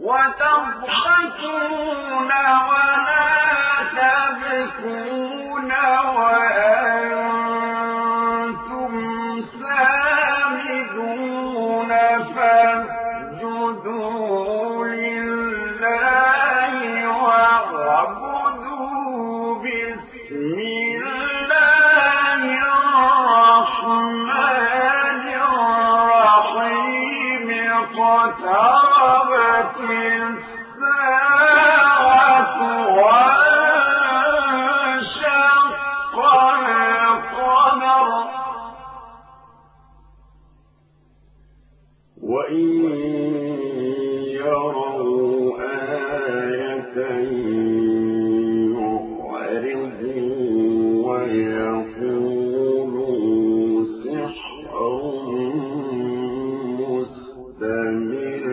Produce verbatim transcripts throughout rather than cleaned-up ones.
وتضحكون ولا تبكون وأنتم سامدون فاسجدوا لله واعبدوا باسم الله الرحمن الرحيم اقتربت الساعة وانشق القمر وإن يروا آية يعرضوا ويقولوا سحر مستمر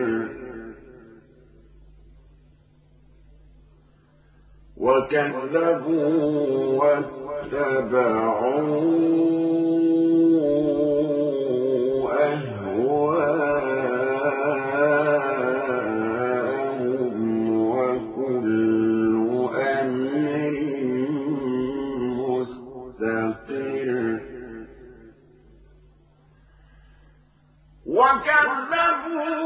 وكذبوا واتبعوا أهواءهم وكل أمر مستقر وكذبوا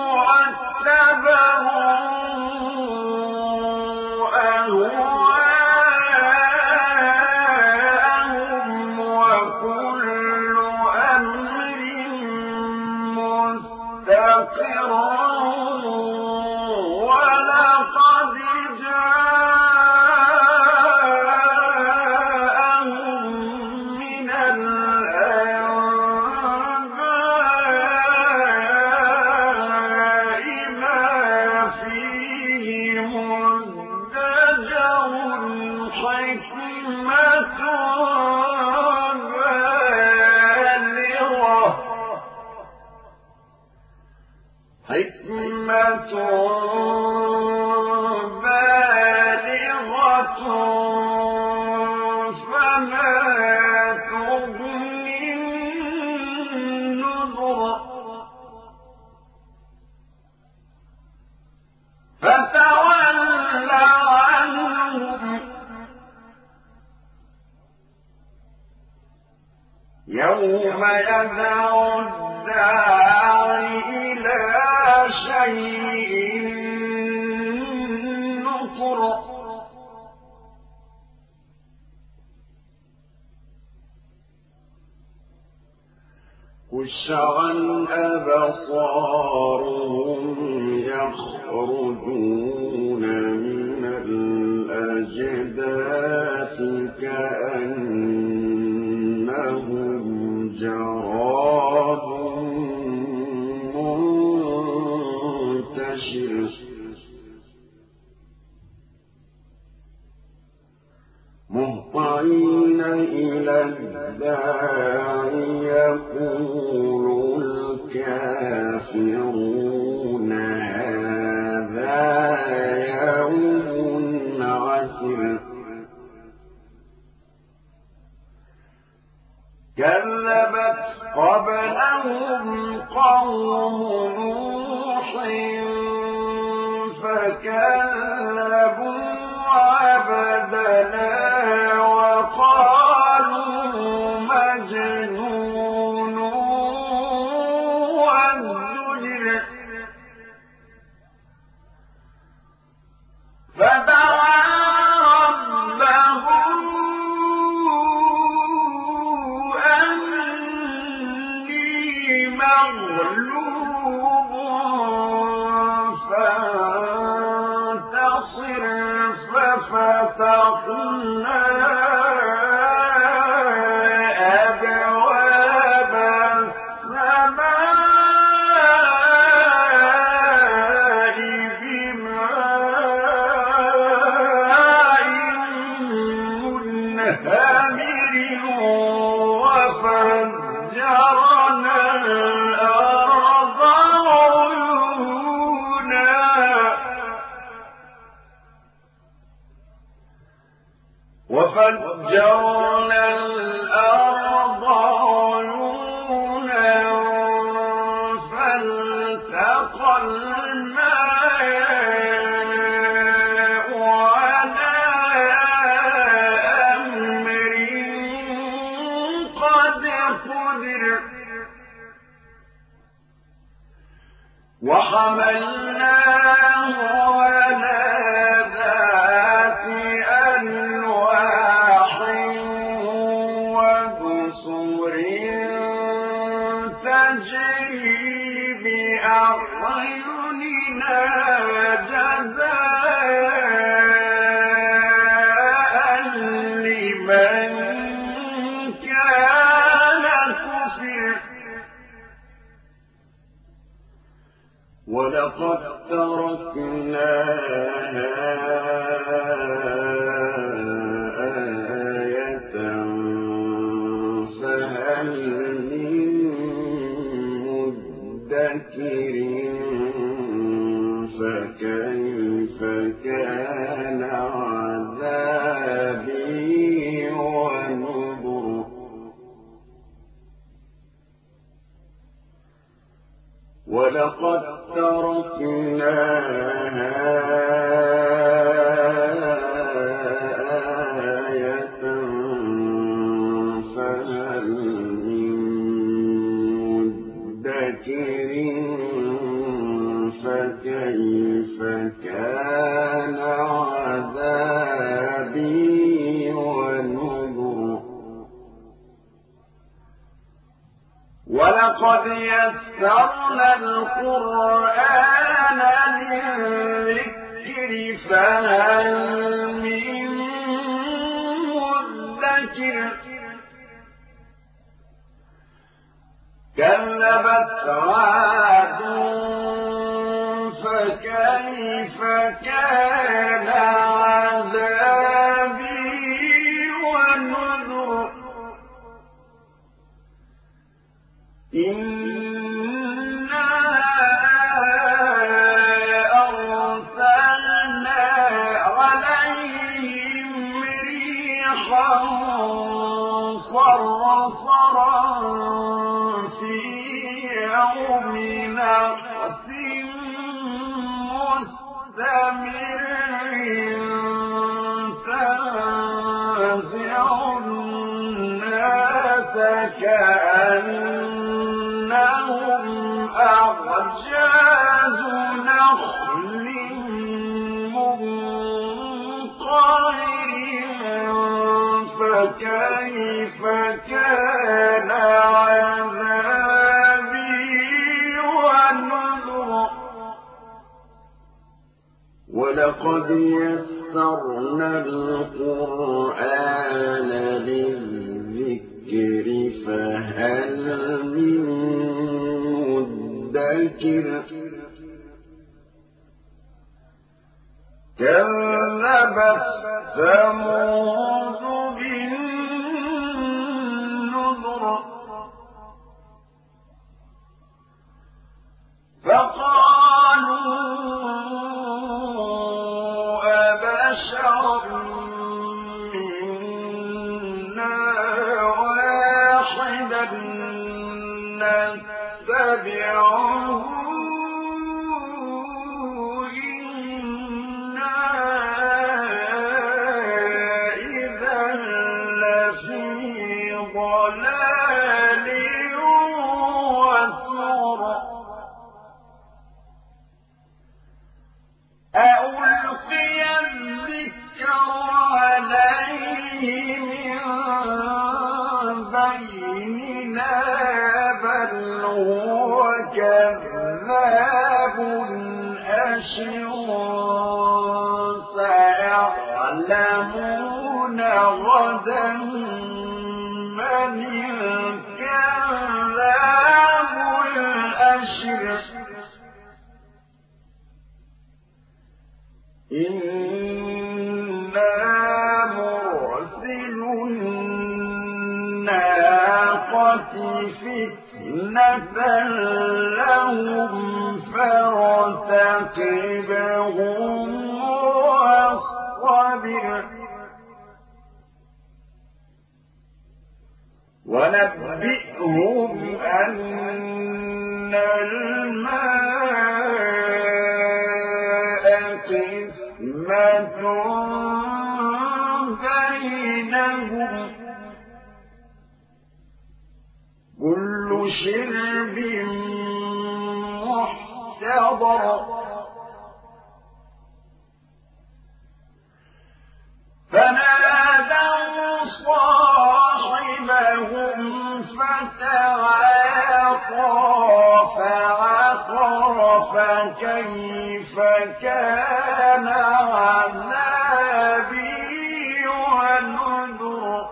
واتبعوا أهواءهم وكل أمر مستقر ولقد جاءهم من الأنباء ما فيه مزدجر حكمة بالغة حكمة بالغة فما تغني النذر فتول عنهم يوم يدعو الداعي إلى شيء نكر خشعا أبصارهم يخرجون من الأجداث كأنهم جراد منتشر مهطعين إلى الداعي يقول الكافرون هذا يوم عسر كذبت قبلهم قوم نوح فكذبوا عبدنا وقالوا مجنون وازدجر فدعا ربه أني مغلوب فانتصر ففتحنا أبواب السماء بماء منهمر وفجرنا الأرض عيونا وفجرنا الأرض عيونا فالتقى الماء وحملناه على ذات ألواح ودسر تجري بأعيننا جزاء لمن كان كفر ولقد تركناها آية فهل من مدكر فكيف كان عذابي ونذر ولقد تركناها آية فهل من مدكر فكيف كان عذابي ونذر ولقد يسرنا القرآن للذكر فهل من مدكر كذبت عاد فكيف كان عذابي ونذر إنا أرسلنا عليهم ريحا صرصرا في يوم نحس مستمر تنزع الناس كأنهم أعجاز نخل منقعر فكيف كان عذابي ونذر ولقد يسرنا القرآن للذكر فهل من مدكر كذبت ثمود بالنذر فقالوا أبشر منا واحدا نتبعه إنا إذا لفي ضلال وسعر ألقي الذكر عليه من بيننا بل هو كذاب أشر سيعلمون غدا من الكذاب الأشر إنا مرسل الناقة فتنة لهم فارتقبهم واصطبر ونبئهم أن الماء شرب محتضر فنادوا صاحبهم فتعاطى فعقر فكيف كان عذابي ونذر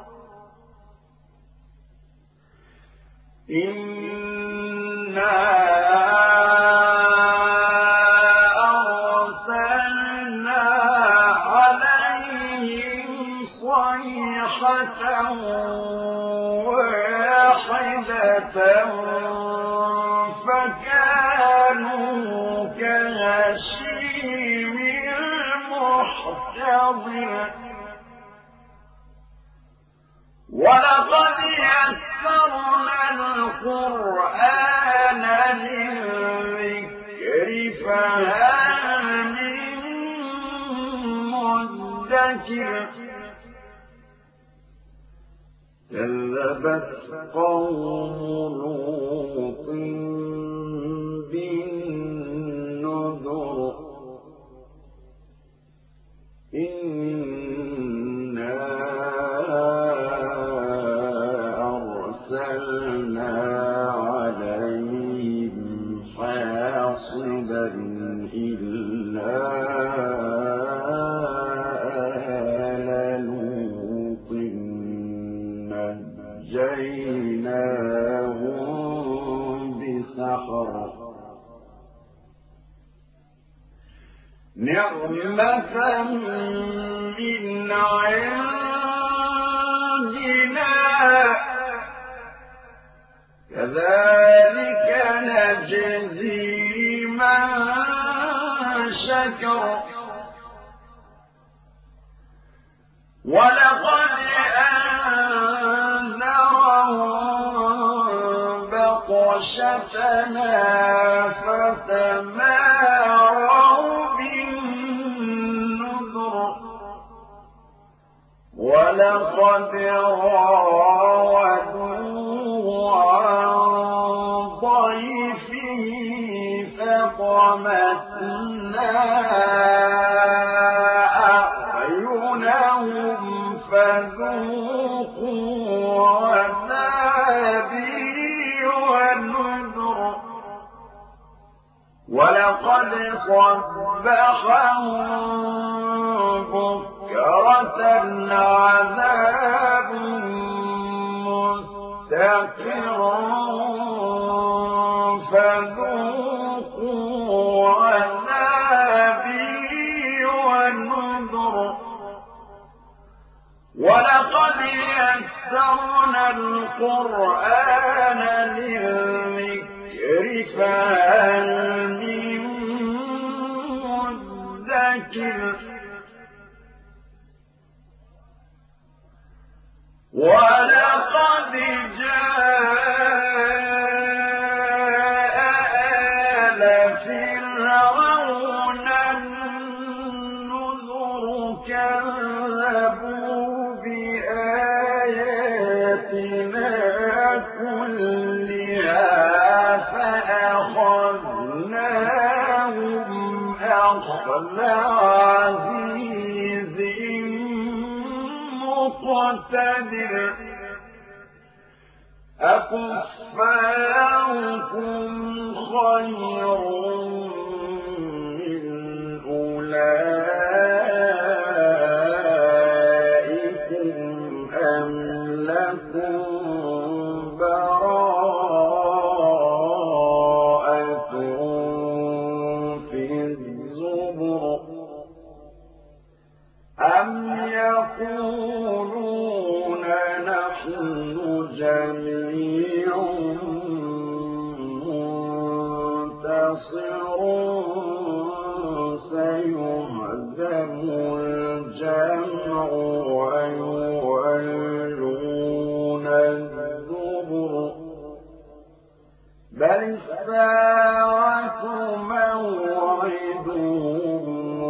إنا أرسلنا عليهم صيحة واحدة فكانوا كهشيم المحتضر ولقد يسرنا القرآن للذكر فهل من مدكر كذبت قوم لوط بالنذر إنا أرسلنا عليهم حاصبا إلا آل لوط نجيناهم بسحر نعمة من عندنا كذلك نجزي من شكر ولقد أنذرهم بطشتنا فتماروا بالنذر ولقد راودوه عن ضيفه فطمسنا أعينهم فذوقوا عذابي ونذر ولقد صبحهم بكرة عذاب مستقر فذوقوا عذابي ونذر ولقد يسرنا القرآن للذكر فهل من مدكر ولقد جاء آل فرعون النذر كذبوا بآياتنا كلها فأخذناهم أخذ عزيز مقتدر أكفاركم خير من أولئكم أم لكم براءة في الزبر أم يقولون نحن جميع منتصر سيهزم الجمع ويولون الدبر بل الساعة موعدهم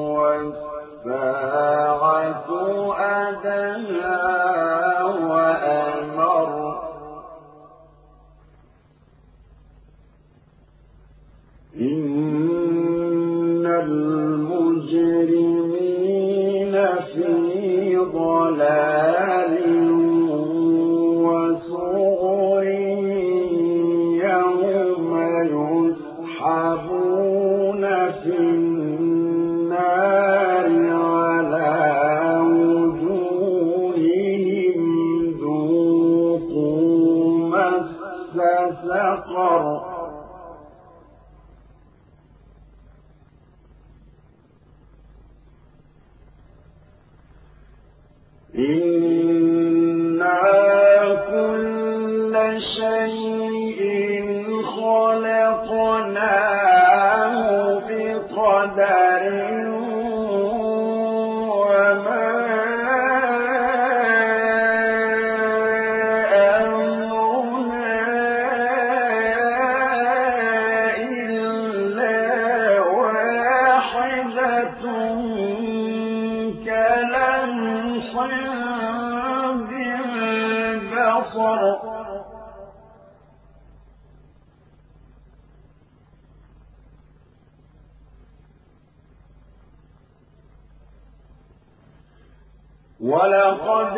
والساعة أدنى وأمر إن المجرمين في ضلال وسعر يوم يسحبون في النار على وجوههم ذوقوا مس سقر إنا كل شيء خلقناه بقدر وما أمرنا إلا واحدة كلمح بالبصر ولقد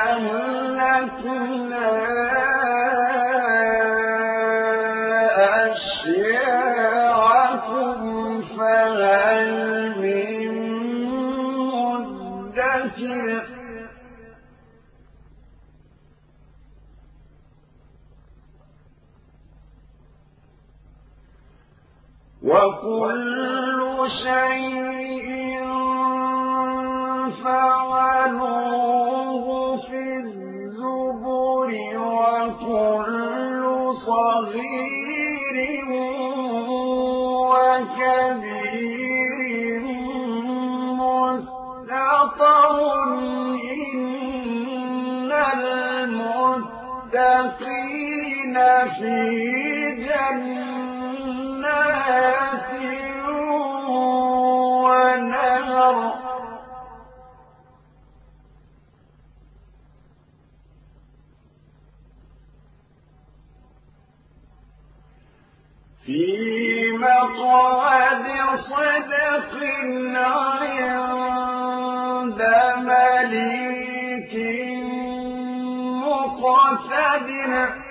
أهلكنا أشياعكم فهل من مدكر وكل شيء فعلوه في الزبر وكل صغير وكبير مستطر إن المتقين في جنات ونهر في مقعد صدق عند مليك مقتدر